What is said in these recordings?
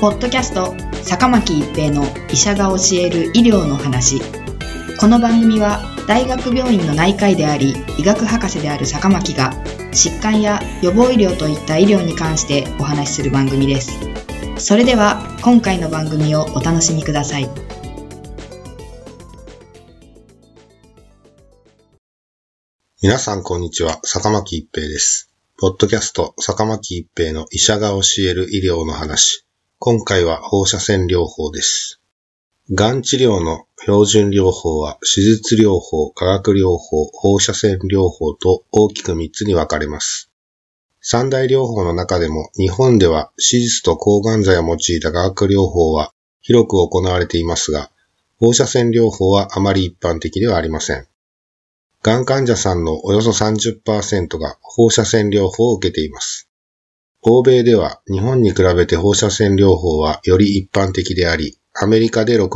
ポッドキャスト坂巻一平の医者が教える医療の話。この番組は大学病院の内科医であり医学博士である坂巻が疾患や予防医療といった医療に関してお話しする番組です。それでは今回の番組をお楽しみください。 皆さんこんにちは、坂巻一平です。ポッドキャスト坂巻一平の医者が教える医療の話。今回は放射線療法です。がん治療の標準療法は手術療法、化学療法、放射線療法と大きく3つに分かれます。三大療法の中でも日本では手術と抗がん剤を用いた化学療法は広く行われていますが、放射線療法はあまり一般的ではありません。がん患者さんのおよそ 30% が放射線療法を受けています。欧米では日本に比べて放射線療法はより一般的であり、アメリカで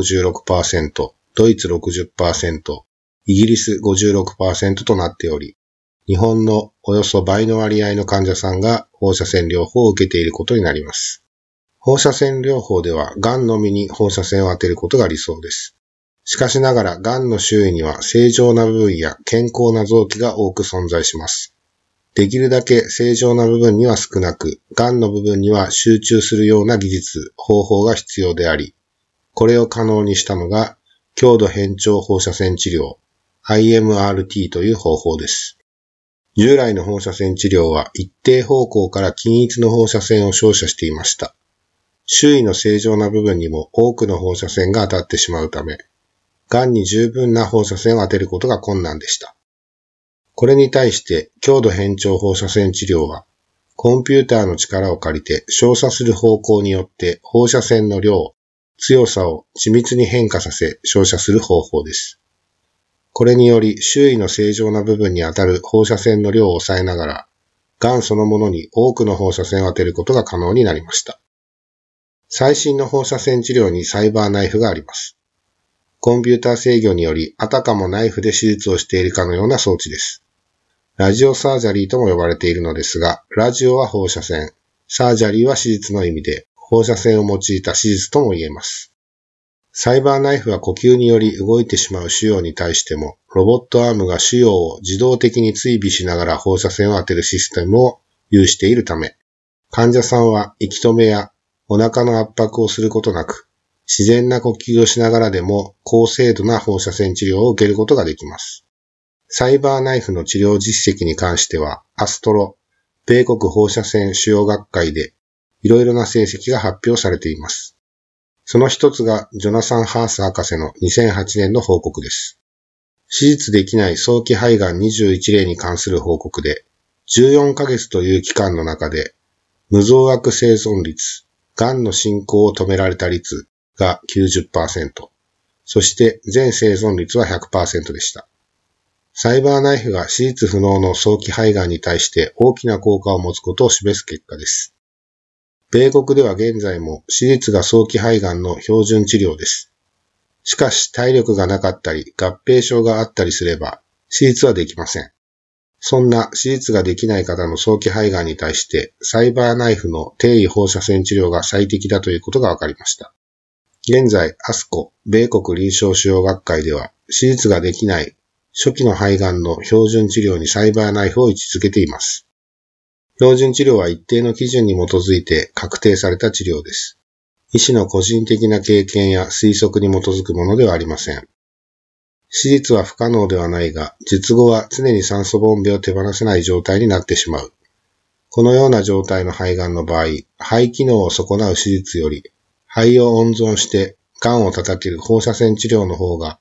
66%、ドイツ 60%、イギリス 56% となっており、日本のおよそ倍の割合の患者さんが放射線療法を受けていることになります。放射線療法ではがんのみに放射線を当てることが理想です。しかしながら、がんの周囲には正常な部分や健康な臓器が多く存在します。できるだけ正常な部分には少なく、がんの部分には集中するような技術、方法が必要であり、これを可能にしたのが、強度変調放射線治療、IMRT という方法です。従来の放射線治療は一定方向から均一の放射線を照射していました。周囲の正常な部分にも多くの放射線が当たってしまうため、がんに十分な放射線を当てることが困難でした。これに対して強度変調放射線治療は、コンピューターの力を借りて照射する方向によって放射線の量、強さを緻密に変化させ照射する方法です。これにより周囲の正常な部分に当たる放射線の量を抑えながら、がんそのものに多くの放射線を当てることが可能になりました。最新の放射線治療にサイバーナイフがあります。コンピューター制御によりあたかもナイフで手術をしているかのような装置です。ラジオサージャリーとも呼ばれているのですが、ラジオは放射線、サージャリーは手術の意味で、放射線を用いた手術とも言えます。サイバーナイフは呼吸により動いてしまう腫瘍に対しても、ロボットアームが腫瘍を自動的に追尾しながら放射線を当てるシステムを有しているため、患者さんは息止めやお腹の圧迫をすることなく、自然な呼吸をしながらでも高精度な放射線治療を受けることができます。サイバーナイフの治療実績に関しては、アストロ、米国放射線腫瘍学会でいろいろな成績が発表されています。その一つがジョナサン・ハース博士の2008年の報告です。手術できない早期肺がん21例に関する報告で、14ヶ月という期間の中で、無増悪生存率、がんの進行を止められた率、が 90%、そして全生存率は 100% でした。サイバーナイフが手術不能の早期肺がんに対して大きな効果を持つことを示す結果です。米国では現在も手術が早期肺がんの標準治療です。しかし体力がなかったり合併症があったりすれば手術はできません。そんな手術ができない方の早期肺がんに対してサイバーナイフの低位放射線治療が最適だということが分かりました。現在、アスコ、米国臨床腫瘍学会では、手術ができない初期の肺がんの標準治療にサイバーナイフを位置づけています。標準治療は一定の基準に基づいて確定された治療です。医師の個人的な経験や推測に基づくものではありません。手術は不可能ではないが、術後は常に酸素ボンベを手放せない状態になってしまう。このような状態の肺がんの場合、肺機能を損なう手術より、肺を温存して癌を叩ける放射線治療の方が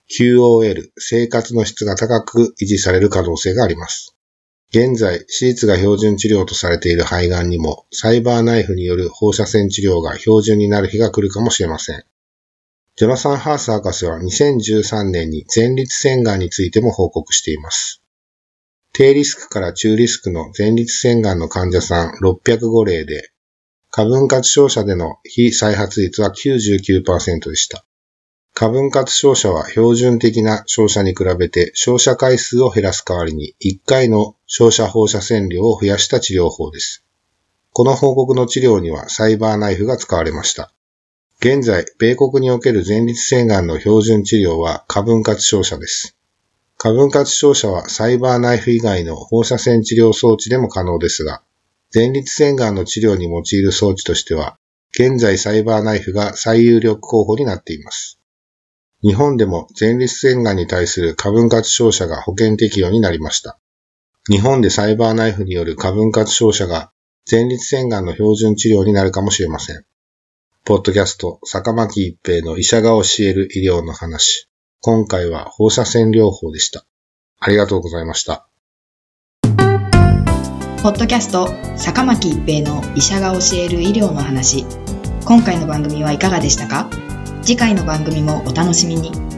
QOL 生活の質が高く維持される可能性があります。現在手術が標準治療とされている肺がんにもサイバーナイフによる放射線治療が標準になる日が来るかもしれません。ジョナサン・ハース博士は2013年に前立腺がんについても報告しています。低リスクから中リスクの前立腺がんの患者さん605例で過分割照射での非再発率は 99% でした。過分割照射は標準的な照射に比べて照射回数を減らす代わりに1回の照射放射線量を増やした治療法です。 この報告の治療にはサイバーナイフが使われました。現在、米国における前立腺がんの標準治療は過分割照射です。過分割照射はサイバーナイフ以外の放射線治療装置でも可能ですが、前立腺がんの治療に用いる装置としては、現在サイバーナイフが最有力候補になっています。日本でも前立腺がんに対する過分割照射が保険適用になりました。日本でサイバーナイフによる過分割照射が前立腺がんの標準治療になるかもしれません。ポッドキャスト、坂巻一平の医者が教える医療の話。今回は放射線療法でした。ありがとうございました。 ポッドキャスト、坂巻一平の医者が教える医療の話。今回の番組はいかがでしたか？次回の番組もお楽しみに。